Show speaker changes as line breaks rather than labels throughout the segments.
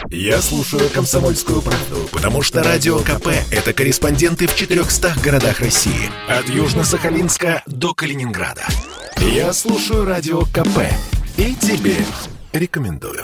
Я слушаю «Комсомольскую правду», потому что Радио КП – это корреспонденты в 400 городах России. От Южно-Сахалинска до Калининграда. Я слушаю Радио КП и тебе рекомендую.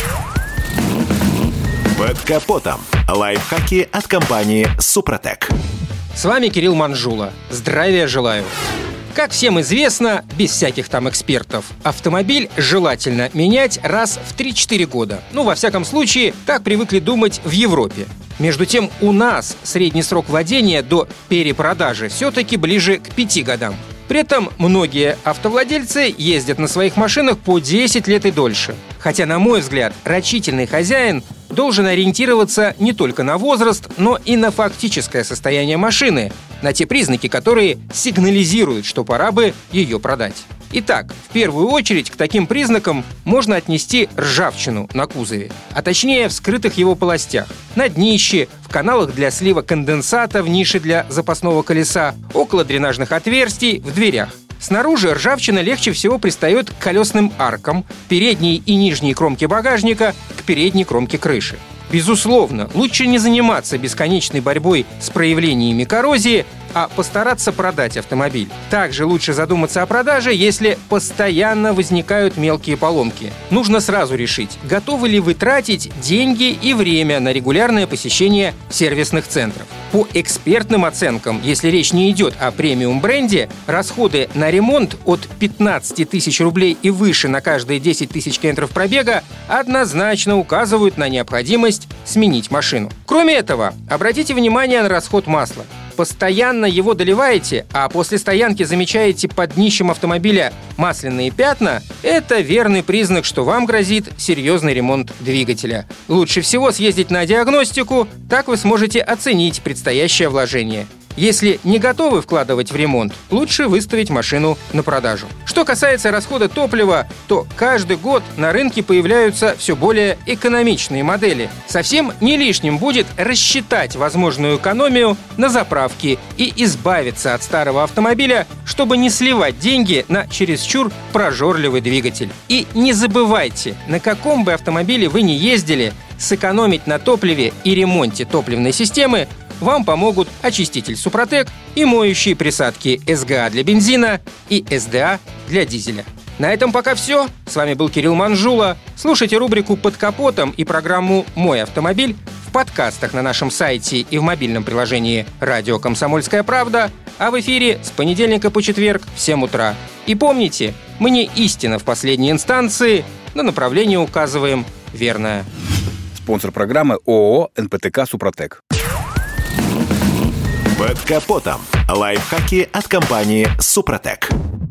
Под капотом. Лайфхаки от компании «Супротек».
С вами Кирилл Манжула. Здравия желаю. Как всем известно, без всяких там экспертов, автомобиль желательно менять раз в 3-4 года. Во всяком случае, так привыкли думать в Европе. Между тем, у нас средний срок владения до перепродажи все-таки ближе к 5 годам. При этом многие автовладельцы ездят на своих машинах по 10 лет и дольше. Хотя, на мой взгляд, рачительный хозяин должен ориентироваться не только на возраст, но и на фактическое состояние машины, на те признаки, которые сигнализируют, что пора бы ее продать. Итак, в первую очередь к таким признакам можно отнести ржавчину на кузове, а точнее в скрытых его полостях, на днище, в каналах для слива конденсата, в нише для запасного колеса, около дренажных отверстий, в дверях. Снаружи ржавчина легче всего пристает к колесным аркам, передней и нижней кромке багажника, к передней кромке крыши. Безусловно, лучше не заниматься бесконечной борьбой с проявлениями коррозии, а постараться продать автомобиль. Также лучше задуматься о продаже, если постоянно возникают мелкие поломки. Нужно сразу решить, готовы ли вы тратить деньги и время на регулярное посещение сервисных центров. По экспертным оценкам, если речь не идет о премиум-бренде, расходы на ремонт от 15 тысяч рублей и выше на каждые 10 тысяч километров пробега однозначно указывают на необходимость сменить машину. Кроме этого, обратите внимание на расход масла. Постоянно его доливаете, а после стоянки замечаете под днищем автомобиля масляные пятна, это верный признак, что вам грозит серьезный ремонт двигателя. Лучше всего съездить на диагностику, так вы сможете оценить предстоящее вложение. Если не готовы вкладывать в ремонт, лучше выставить машину на продажу. Что касается расхода топлива, то каждый год на рынке появляются все более экономичные модели. Совсем не лишним будет рассчитать возможную экономию на заправке и избавиться от старого автомобиля, чтобы не сливать деньги на чересчур прожорливый двигатель. И не забывайте, на каком бы автомобиле вы ни ездили, сэкономить на топливе и ремонте топливной системы вам помогут очиститель «Супротек» и моющие присадки СГА для бензина и СДА для дизеля. На этом пока все. С вами был Кирилл Манжула. Слушайте рубрику «Под капотом» и программу «Мой автомобиль» в подкастах на нашем сайте и в мобильном приложении «Радио Комсомольская правда», а в эфире с понедельника по четверг в 7 утра. И помните, мы не истина в последней инстанции, но направление указываем верное.
Спонсор программы ООО «НПТК Супротек».
Под капотом. Лайфхаки от компании «Супротек».